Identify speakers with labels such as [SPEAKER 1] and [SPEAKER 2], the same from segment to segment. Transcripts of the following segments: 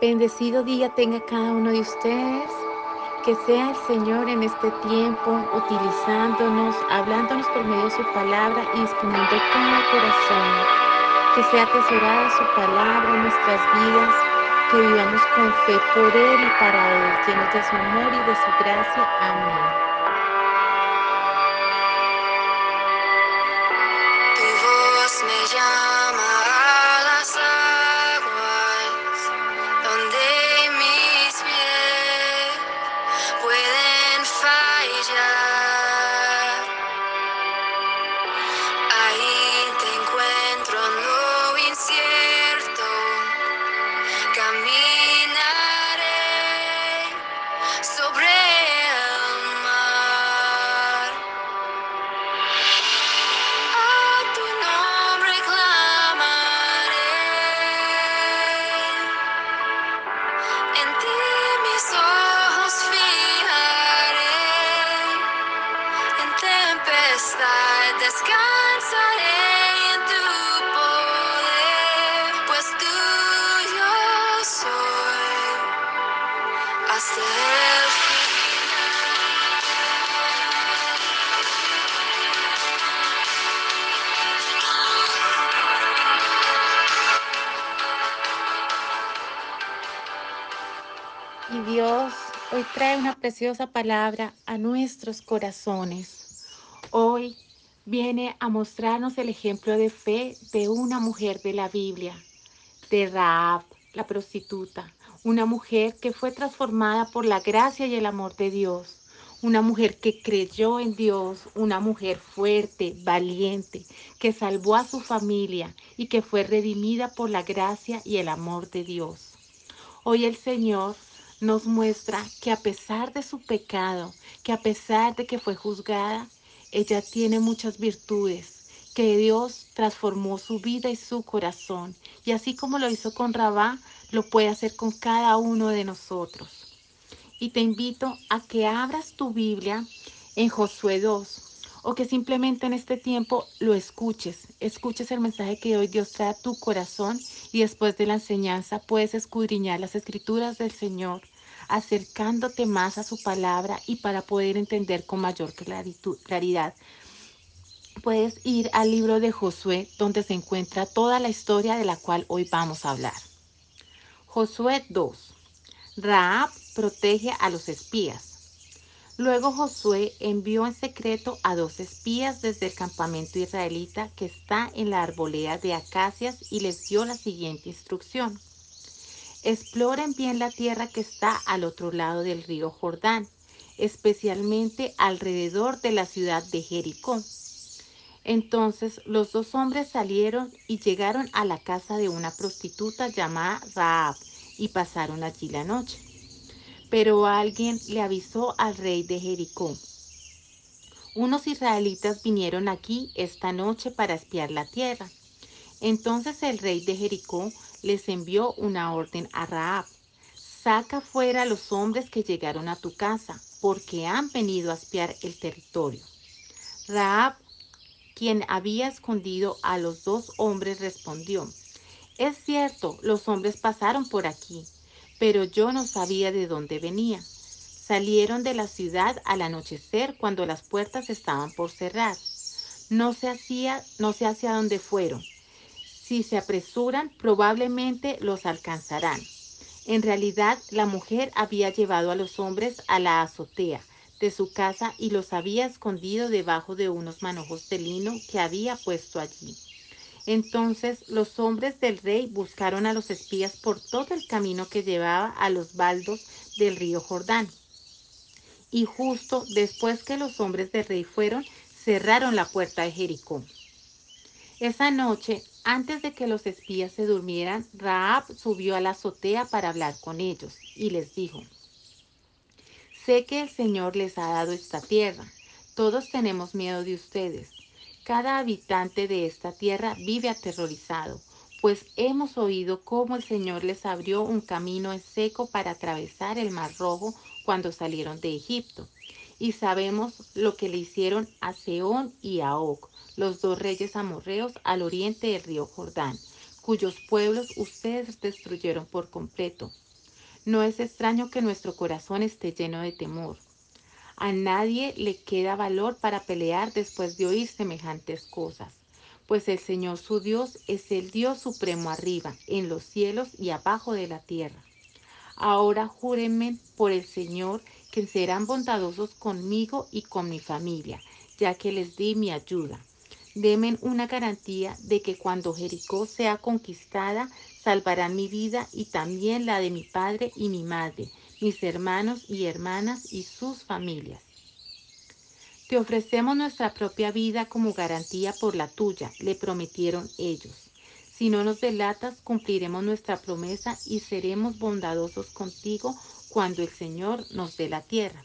[SPEAKER 1] Bendecido día tenga cada uno de ustedes. Que sea el Señor en este tiempo utilizándonos, hablándonos por medio de su palabra y disponiendo cada corazón. Que sea atesorada su palabra en nuestras vidas. Que vivamos con fe por Él y para Él, llenos de su amor y de su gracia. Amén.
[SPEAKER 2] Tu voz me llama a las aguas, donde mis pies pueden fallar. Ahí te encuentro en lo incierto, caminaré sobre el mar. A tu nombre clamaré, en ti mis ojos fijaré, en tempestad descansaré en tu poder, pues tuyo soy hasta el
[SPEAKER 1] Y Dios hoy trae una preciosa palabra a nuestros corazones. Hoy viene a mostrarnos el ejemplo de fe de una mujer de la Biblia, de Rahab, la prostituta, una mujer que fue transformada por la gracia y el amor de Dios, una mujer que creyó en Dios, una mujer fuerte, valiente, que salvó a su familia y que fue redimida por la gracia y el amor de Dios. Hoy el Señor nos muestra que a pesar de su pecado, que a pesar de que fue juzgada, ella tiene muchas virtudes, que Dios transformó su vida y su corazón. Y así como lo hizo con Rabá, lo puede hacer con cada uno de nosotros. Y te invito a que abras tu Biblia en Josué 2 o que simplemente en este tiempo lo escuches el mensaje que hoy Dios trae a tu corazón y después de la enseñanza puedes escudriñar las escrituras del Señor, acercándote más a su palabra y para poder entender con mayor claridad. Puedes ir al libro de Josué donde se encuentra toda la historia de la cual hoy vamos a hablar. Josué 2. Rahab protege a los espías. Luego Josué envió en secreto a 2 espías desde el campamento israelita que está en la arboleda de acacias y les dio la siguiente instrucción. Exploren bien la tierra que está al otro lado del río Jordán, especialmente alrededor de la ciudad de Jericó. Entonces los 2 hombres salieron y llegaron a la casa de una prostituta llamada Rahab y pasaron allí la noche. Pero alguien le avisó al rey de Jericó: unos israelitas vinieron aquí esta noche para espiar la tierra. Entonces el rey de Jericó les envió una orden a Rahab: saca fuera a los hombres que llegaron a tu casa, porque han venido a espiar el territorio. Rahab, quien había escondido a los 2 hombres, respondió: es cierto, los hombres pasaron por aquí, pero yo no sabía de dónde venía. Salieron de la ciudad al anochecer cuando las puertas estaban por cerrar. No sé hacia dónde fueron. Si se apresuran, probablemente los alcanzarán. En realidad, la mujer había llevado a los hombres a la azotea de su casa y los había escondido debajo de unos manojos de lino que había puesto allí. Entonces los hombres del rey buscaron a los espías por todo el camino que llevaba a los baldos del río Jordán. Y justo después que los hombres del rey fueron, cerraron la puerta de Jericó. Esa noche, antes de que los espías se durmieran, Rahab subió a la azotea para hablar con ellos y les dijo: sé que el Señor les ha dado esta tierra. Todos tenemos miedo de ustedes. Cada habitante de esta tierra vive aterrorizado, pues hemos oído cómo el Señor les abrió un camino en seco para atravesar el Mar Rojo cuando salieron de Egipto. Y sabemos lo que le hicieron a Sehón y a Og, los 2 reyes amorreos al oriente del río Jordán, cuyos pueblos ustedes destruyeron por completo. No es extraño que nuestro corazón esté lleno de temor. A nadie le queda valor para pelear después de oír semejantes cosas, pues el Señor su Dios es el Dios supremo arriba, en los cielos y abajo de la tierra. Ahora júrenme por el Señor que serán bondadosos conmigo y con mi familia, ya que les di mi ayuda. Denme una garantía de que cuando Jericó sea conquistada, salvarán mi vida y también la de mi padre y mi madre, mis hermanos y hermanas y sus familias. Te ofrecemos nuestra propia vida como garantía por la tuya, le prometieron ellos. Si no nos delatas, cumpliremos nuestra promesa y seremos bondadosos contigo cuando el Señor nos dé la tierra.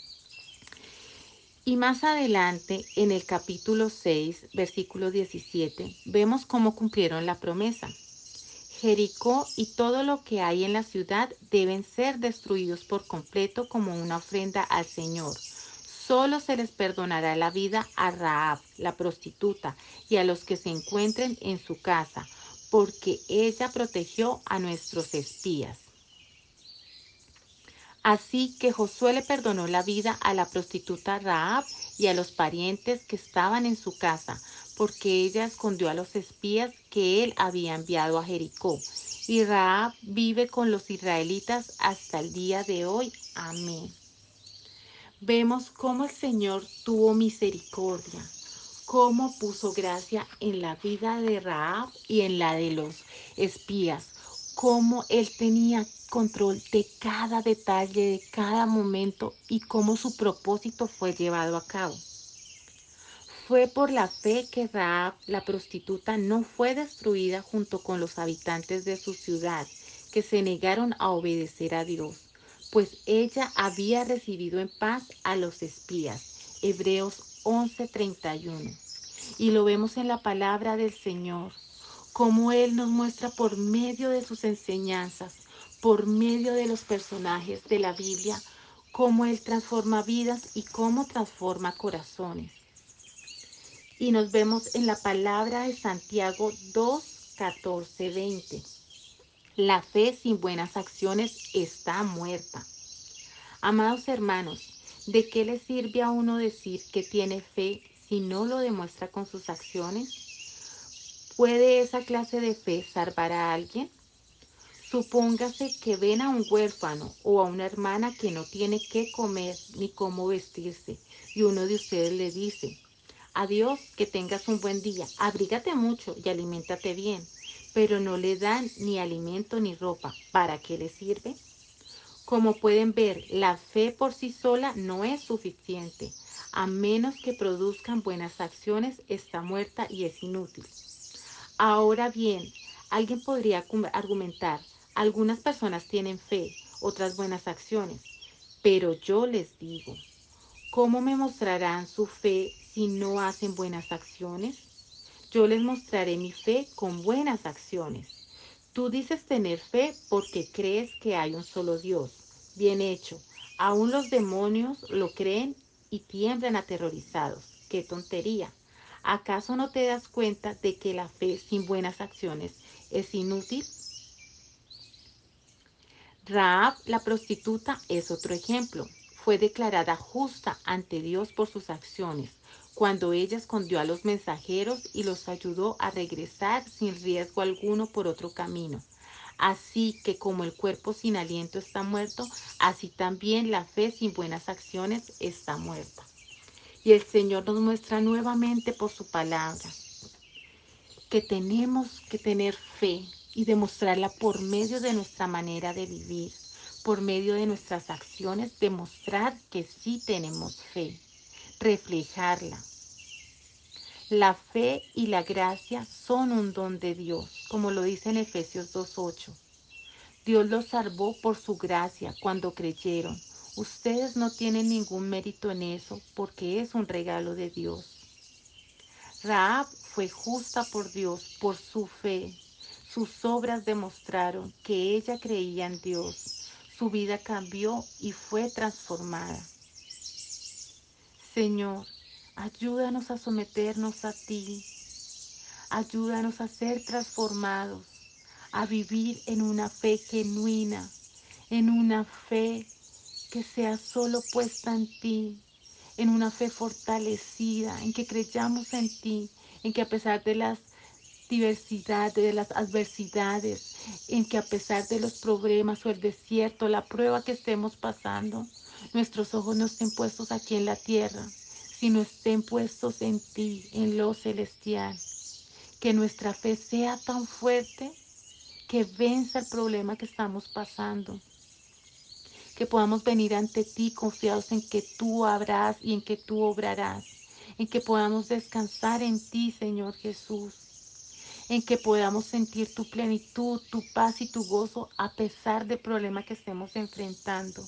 [SPEAKER 1] Y más adelante, en el capítulo 6, versículo 17, vemos cómo cumplieron la promesa. Jericó y todo lo que hay en la ciudad deben ser destruidos por completo como una ofrenda al Señor. Solo se les perdonará la vida a Rahab, la prostituta, y a los que se encuentren en su casa, porque ella protegió a nuestros espías. Así que Josué le perdonó la vida a la prostituta Rahab y a los parientes que estaban en su casa, porque ella escondió a los espías que él había enviado a Jericó. Y Rahab vive con los israelitas hasta el día de hoy. Amén. Vemos cómo el Señor tuvo misericordia, cómo puso gracia en la vida de Rahab y en la de los espías, cómo Él tenía control de cada detalle, de cada momento y cómo su propósito fue llevado a cabo. Fue por la fe que Rahab, la prostituta, no fue destruida junto con los habitantes de su ciudad, que se negaron a obedecer a Dios, pues ella había recibido en paz a los espías. Hebreos 11:31. Y lo vemos en la palabra del Señor, como Él nos muestra por medio de sus enseñanzas, por medio de los personajes de la Biblia, cómo Él transforma vidas y cómo transforma corazones. Y nos vemos en la palabra de Santiago 2, 14, 20. La fe sin buenas acciones está muerta. Amados hermanos, ¿de qué le sirve a uno decir que tiene fe si no lo demuestra con sus acciones? ¿Puede esa clase de fe salvar a alguien? Supóngase que ven a un huérfano o a una hermana que no tiene qué comer ni cómo vestirse y uno de ustedes le dice, adiós, que tengas un buen día, abrígate mucho y aliméntate bien, pero no le dan ni alimento ni ropa. ¿Para qué le sirve? Como pueden ver, la fe por sí sola no es suficiente. A menos que produzcan buenas acciones, está muerta y es inútil. Ahora bien, alguien podría argumentar, algunas personas tienen fe, otras buenas acciones, pero yo les digo, ¿cómo me mostrarán su fe si no hacen buenas acciones? Yo les mostraré mi fe con buenas acciones. Tú dices tener fe porque crees que hay un solo Dios. Bien hecho. Aún los demonios lo creen y tiemblan aterrorizados. ¡Qué tontería! ¿Acaso no te das cuenta de que la fe sin buenas acciones es inútil? Rahab, la prostituta, es otro ejemplo. Fue declarada justa ante Dios por sus acciones, cuando ella escondió a los mensajeros y los ayudó a regresar sin riesgo alguno por otro camino. Así que como el cuerpo sin aliento está muerto, así también la fe sin buenas acciones está muerta. Y el Señor nos muestra nuevamente por su palabra que tenemos que tener fe y demostrarla por medio de nuestra manera de vivir, por medio de nuestras acciones, demostrar que sí tenemos fe, reflejarla. La fe y la gracia son un don de Dios, como lo dice en Efesios 2:8. Dios los salvó por su gracia cuando creyeron. Ustedes no tienen ningún mérito en eso porque es un regalo de Dios. Rahab fue justa por Dios por su fe. Sus obras demostraron que ella creía en Dios. Su vida cambió y fue transformada. Señor, ayúdanos a someternos a ti. Ayúdanos a ser transformados, a vivir en una fe genuina, en una fe que sea solo puesta en ti, en una fe fortalecida, en que creyamos en ti, en que a pesar de las diversidades, de las adversidades, en que a pesar de los problemas o el desierto, la prueba que estemos pasando, nuestros ojos no estén puestos aquí en la tierra, sino estén puestos en ti, en lo celestial. Que nuestra fe sea tan fuerte que venza el problema que estamos pasando, que podamos venir ante ti confiados en que tú habrás y en que tú obrarás, en que podamos descansar en ti, Señor Jesús, en que podamos sentir tu plenitud, tu paz y tu gozo a pesar del problema que estemos enfrentando.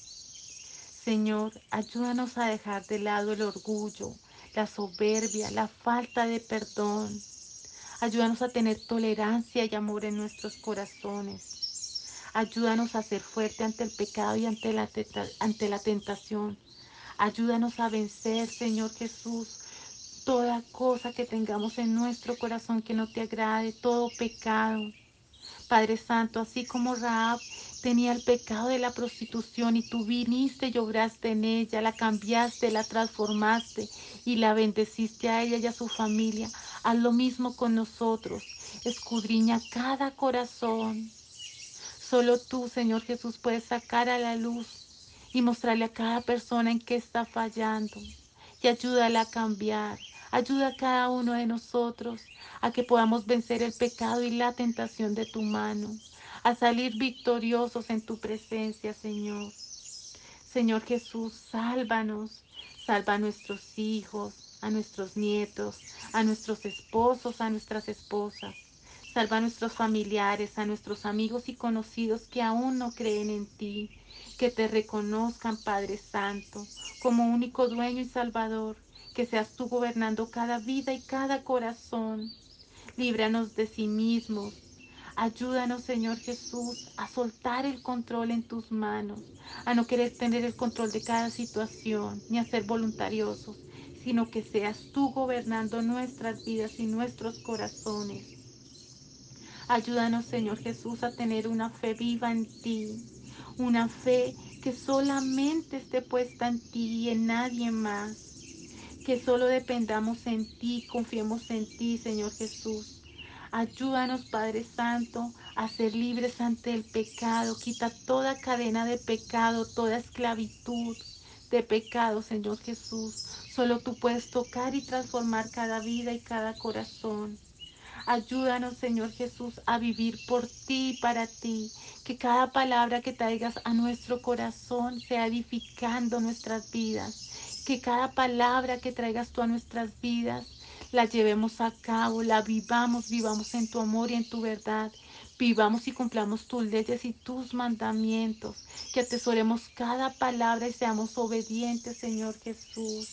[SPEAKER 1] Señor, ayúdanos a dejar de lado el orgullo, la soberbia, la falta de perdón. Ayúdanos a tener tolerancia y amor en nuestros corazones. Ayúdanos a ser fuerte ante el pecado y ante la tentación. Ayúdanos a vencer, Señor Jesús, toda cosa que tengamos en nuestro corazón que no te agrade, todo pecado. Padre Santo, así como Rahab tenía el pecado de la prostitución y tú viniste y obraste en ella, la cambiaste, la transformaste y la bendeciste a ella y a su familia, haz lo mismo con nosotros. Escudriña cada corazón. Solo tú, Señor Jesús, puedes sacar a la luz y mostrarle a cada persona en qué está fallando y ayúdala a cambiar. Ayuda a cada uno de nosotros a que podamos vencer el pecado y la tentación de tu mano, a salir victoriosos en tu presencia, Señor. Señor Jesús, sálvanos, salva a nuestros hijos, a nuestros nietos, a nuestros esposos, a nuestras esposas. Salva a nuestros familiares, a nuestros amigos y conocidos que aún no creen en ti, que te reconozcan, Padre Santo, como único dueño y salvador, que seas tú gobernando cada vida y cada corazón. Líbranos de sí mismos. Ayúdanos, Señor Jesús, a soltar el control en tus manos, a no querer tener el control de cada situación, ni a ser voluntariosos, sino que seas tú gobernando nuestras vidas y nuestros corazones. Ayúdanos, Señor Jesús, a tener una fe viva en ti, una fe que solamente esté puesta en ti y en nadie más, que solo dependamos en ti, confiemos en ti, Señor Jesús. Ayúdanos, Padre Santo, a ser libres ante el pecado. Quita toda cadena de pecado, toda esclavitud de pecado, Señor Jesús. Solo tú puedes tocar y transformar cada vida y cada corazón. Ayúdanos, Señor Jesús, a vivir por ti y para ti. Que cada palabra que traigas a nuestro corazón sea edificando nuestras vidas. Que cada palabra que traigas tú a nuestras vidas la llevemos a cabo, la vivamos, vivamos en tu amor y en tu verdad. Vivamos y cumplamos tus leyes y tus mandamientos. Que atesoremos cada palabra y seamos obedientes, Señor Jesús.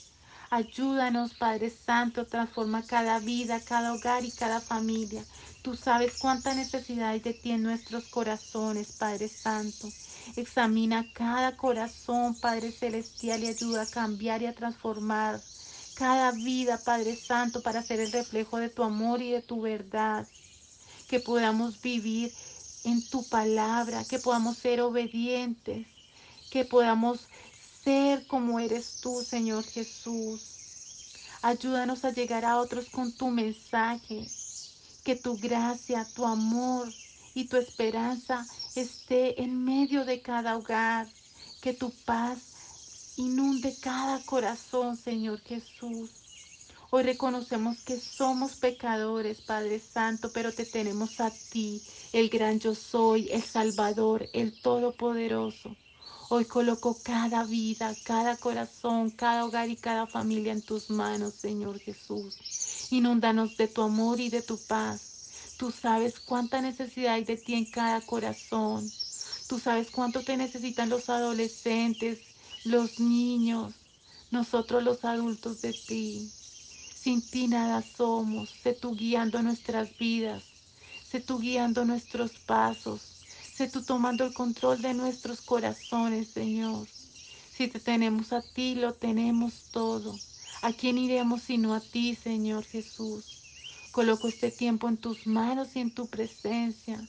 [SPEAKER 1] Ayúdanos, Padre Santo, transforma cada vida, cada hogar y cada familia. Tú sabes cuánta necesidad hay de ti en nuestros corazones, Padre Santo. Examina cada corazón, Padre Celestial, y ayuda a cambiar y a transformar cada vida, Padre Santo, para ser el reflejo de tu amor y de tu verdad. Que podamos vivir en tu palabra, que podamos ser obedientes, que podamos ser como eres tú, Señor Jesús. Ayúdanos a llegar a otros con tu mensaje, que tu gracia, tu amor y tu esperanza esté en medio de cada hogar, que tu paz inunde cada corazón, Señor Jesús. Hoy reconocemos que somos pecadores, Padre Santo, pero te tenemos a ti, el gran yo soy, el Salvador, el Todopoderoso. Hoy coloco cada vida, cada corazón, cada hogar y cada familia en tus manos, Señor Jesús. Inúndanos de tu amor y de tu paz. Tú sabes cuánta necesidad hay de ti en cada corazón. Tú sabes cuánto te necesitan los adolescentes, los niños, nosotros los adultos de ti. Sin ti nada somos. Sé tú guiando nuestras vidas. Sé tú guiando nuestros pasos. Sé tú tomando el control de nuestros corazones, Señor. Si te tenemos a ti, lo tenemos todo. ¿A quién iremos sino a ti, Señor Jesús? Coloco este tiempo en tus manos y en tu presencia.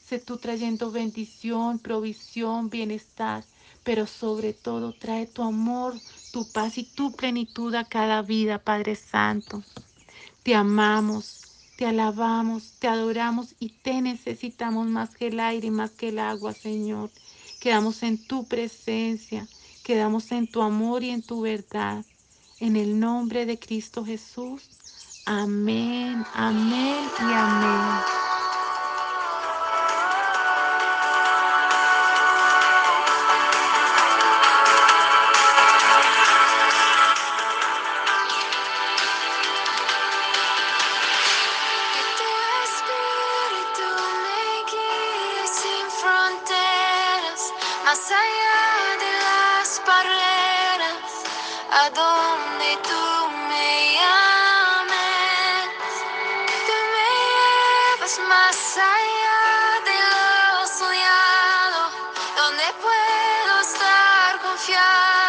[SPEAKER 1] sé tú trayendo bendición, provisión, bienestar, pero sobre todo trae tu amor, tu paz y tu plenitud a cada vida, Padre Santo. Te amamos, te alabamos, te adoramos y te necesitamos más que el aire, más que el agua, Señor. Quedamos en tu presencia, quedamos en tu amor y en tu verdad. En el nombre de Cristo Jesús. Amén, amén y amén.
[SPEAKER 2] Que tu espíritu me guíe sin fronteras, más allá de las barreras, a donde tú me llames. Tú me llevas más allá de lo soñado, donde puedo estar confiado.